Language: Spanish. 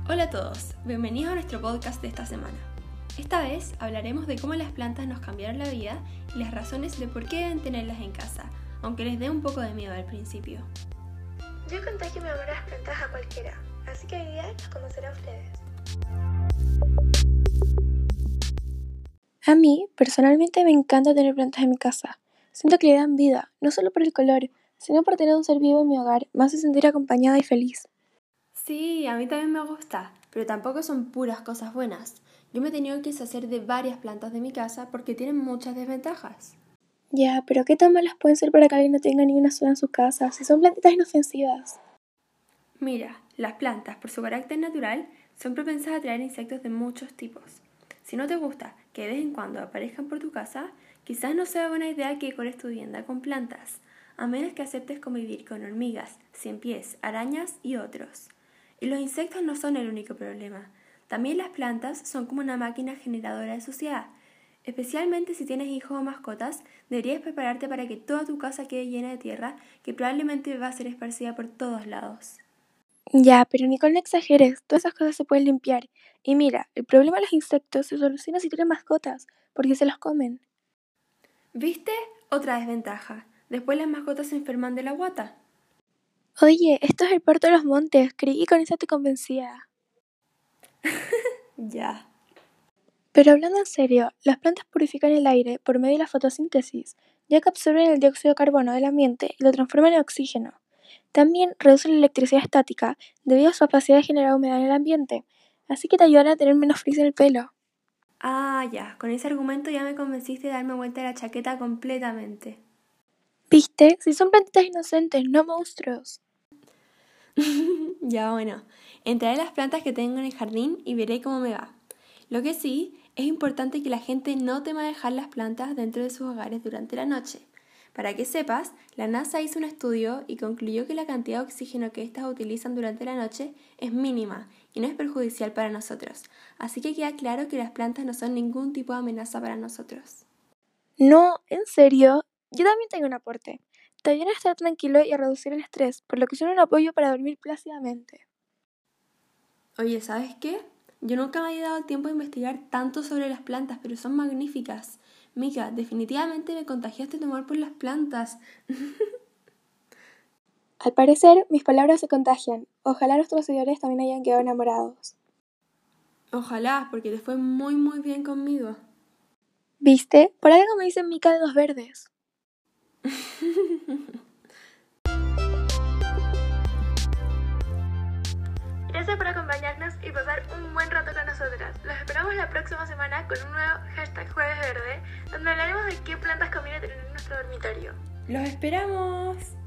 Hola a todos, bienvenidos a nuestro podcast de esta semana. Esta vez hablaremos de cómo las plantas nos cambiaron la vida y las razones de por qué deben tenerlas en casa, aunque les dé un poco de miedo al principio. Yo contagio mi amor a las plantas a cualquiera, así que hoy día los conoceré a ustedes. A mí, personalmente, me encanta tener plantas en mi casa. Siento que le dan vida, no solo por el color, sino por tener un ser vivo en mi hogar, me hace sentir acompañada y feliz. Sí, a mí también me gusta, pero tampoco son puras cosas buenas. Yo me he tenido que deshacer de varias plantas de mi casa porque tienen muchas desventajas. Ya, pero ¿qué tan malas pueden ser para que alguien no tenga ni una sola en su casa, si son plantitas inofensivas? Mira, las plantas, por su carácter natural, son propensas a atraer insectos de muchos tipos. Si no te gusta que de vez en cuando aparezcan por tu casa, quizás no sea buena idea que decores tu vivienda con plantas, a menos que aceptes convivir con hormigas, ciempiés, arañas y otros. Y los insectos no son el único problema. También las plantas son como una máquina generadora de suciedad. Especialmente si tienes hijos o mascotas, deberías prepararte para que toda tu casa quede llena de tierra que probablemente va a ser esparcida por todos lados. Ya, pero Nicole, no exageres, todas esas cosas se pueden limpiar. Y mira, el problema de los insectos se soluciona si tienes mascotas, porque se los comen. ¿Viste? Otra desventaja. Después las mascotas se enferman de la guata. Oye, esto es el puerto de los montes, creí que con eso te convencía. Ya. Pero hablando en serio, las plantas purifican el aire por medio de la fotosíntesis, ya que absorben el dióxido de carbono del ambiente y lo transforman en oxígeno. También reducen la electricidad estática debido a su capacidad de generar humedad en el ambiente, así que te ayudan a tener menos frizz en el pelo. Ah, ya. Con ese argumento ya me convenciste de darme vuelta a la chaqueta completamente. ¿Viste? Si son plantitas inocentes, no monstruos. Ya, bueno. Entraré a las plantas que tengo en el jardín y veré cómo me va. Lo que sí, es importante que la gente no tema dejar las plantas dentro de sus hogares durante la noche. Para que sepas, la NASA hizo un estudio y concluyó que la cantidad de oxígeno que éstas utilizan durante la noche es mínima y no es perjudicial para nosotros. Así que queda claro que las plantas no son ningún tipo de amenaza para nosotros. No, en serio. Yo también tengo un aporte. Te ayudan a estar tranquilo y a reducir el estrés, por lo que son un apoyo para dormir plácidamente. Oye, ¿sabes qué? Yo nunca me había dado el tiempo de investigar tanto sobre las plantas, pero son magníficas. Mika, definitivamente me contagiaste tu amor por las plantas. Al parecer, mis palabras se contagian. Ojalá nuestros seguidores también hayan quedado enamorados. Ojalá, porque te fue muy bien conmigo. ¿Viste? Por algo me dicen Mica de dos verdes. Gracias por acompañarnos y pasar un buen rato con nosotras. Los esperamos la próxima semana con un nuevo hashtag Jueves Verde, donde hablaremos de qué plantas conviene tener en nuestro dormitorio. ¡Los esperamos!